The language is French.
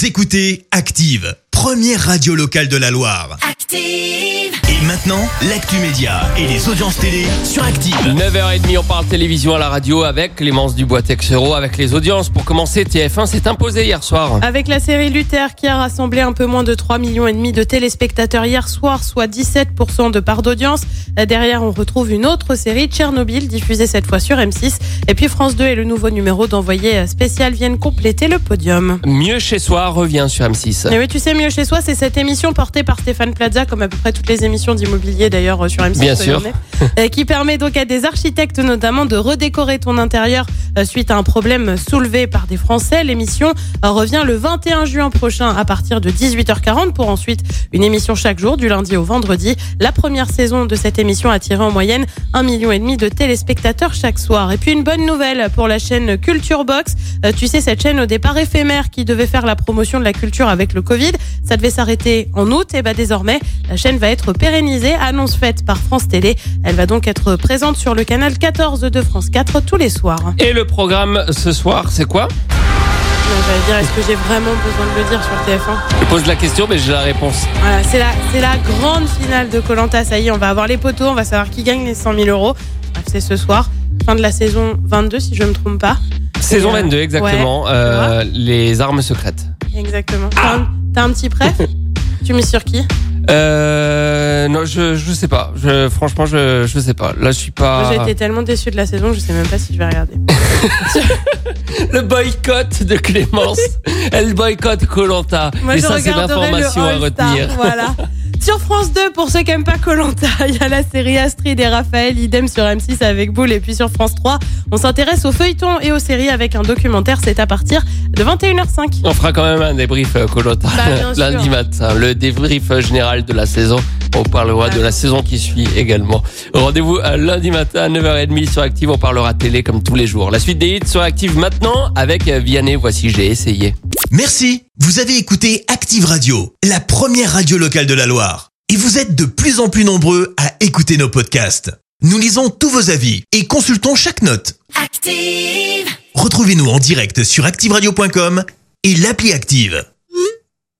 Vous écoutez Active, première radio locale de la Loire. Active! Et maintenant, l'actu média et les audiences télé sur Active. 9h30, on parle télévision à la radio avec Clémence Dubois-Texero, avec les audiences. Pour commencer, TF1 s'est imposé hier soir. Avec la série Luther qui a rassemblé un peu moins de 3,5 millions de téléspectateurs hier soir, soit 17% de part d'audience. Derrière, on retrouve une autre série, Tchernobyl, diffusée cette fois sur M6. Et puis France 2 et le nouveau numéro d'Envoyé spécial viennent compléter le podium. Mieux chez soi revient sur M6. Et oui, tu sais, Mieux chez soi, c'est cette émission portée par Stéphane Plaza, comme à peu près toutes les émissions d'immobilier d'ailleurs sur M6. Bien sûr. Qui permet donc à des architectes notamment de redécorer ton intérieur suite à un problème soulevé par des Français. L'émission revient le 21 juin prochain à partir de 18h40 pour ensuite une émission chaque jour du lundi au vendredi. La première saison de cette émission a attiré en moyenne 1,5 million de téléspectateurs chaque soir. Et puis une bonne nouvelle pour la chaîne Culture Box. Tu sais, cette chaîne au départ éphémère qui devait faire la promotion de la culture avec le Covid, ça devait s'arrêter en août. Et désormais, la chaîne va être pérennisée. Annonce faite par France Télé. Elle va donc être présente sur le canal 14 de France 4 tous les soirs. Et le programme ce soir, c'est quoi ? J'allais dire, est-ce que j'ai vraiment besoin de le dire sur TF1 ? Je pose la question, mais j'ai la réponse. Voilà, c'est la grande finale de Koh-Lanta. Ça y est, on va avoir les poteaux, on va savoir qui gagne les 100 000 €. Bref, c'est ce soir, fin de la saison 22, si je ne me trompe pas. Saison 22, exactement. Ouais, les armes secrètes. Exactement. T'as un petit préf ? Tu mets sur qui ? Non, je sais pas. Franchement, je sais pas. Là, je suis pas. Moi, j'ai été tellement déçue de la saison, je sais même pas si je vais regarder. Le boycott de Clémence. Elle boycotte Koh-Lanta. Moi, et je ça, c'est regarderai l'information à le All-Star, retenir. voilà. Sur France 2, pour ceux qui n'aiment pas Koh-Lanta, il y a la série Astrid et Raphaël, idem sur M6 avec Boule. Et puis sur France 3, on s'intéresse aux feuilletons et aux séries avec un documentaire. C'est à partir de 21h05. On fera quand même un débrief Koh-Lanta lundi matin. Le débrief général de la saison. On parlera de la saison qui suit également. Rendez-vous lundi matin à 9h30 sur Active. On parlera télé comme tous les jours. La suite des hits sur Active maintenant avec Vianney. Voici J'ai essayé. Merci. Vous avez écouté Active Radio, la première radio locale de la Loire. Et vous êtes de plus en plus nombreux à écouter nos podcasts. Nous lisons tous vos avis et consultons chaque note. Active! Retrouvez-nous en direct sur activeradio.com et l'appli Active.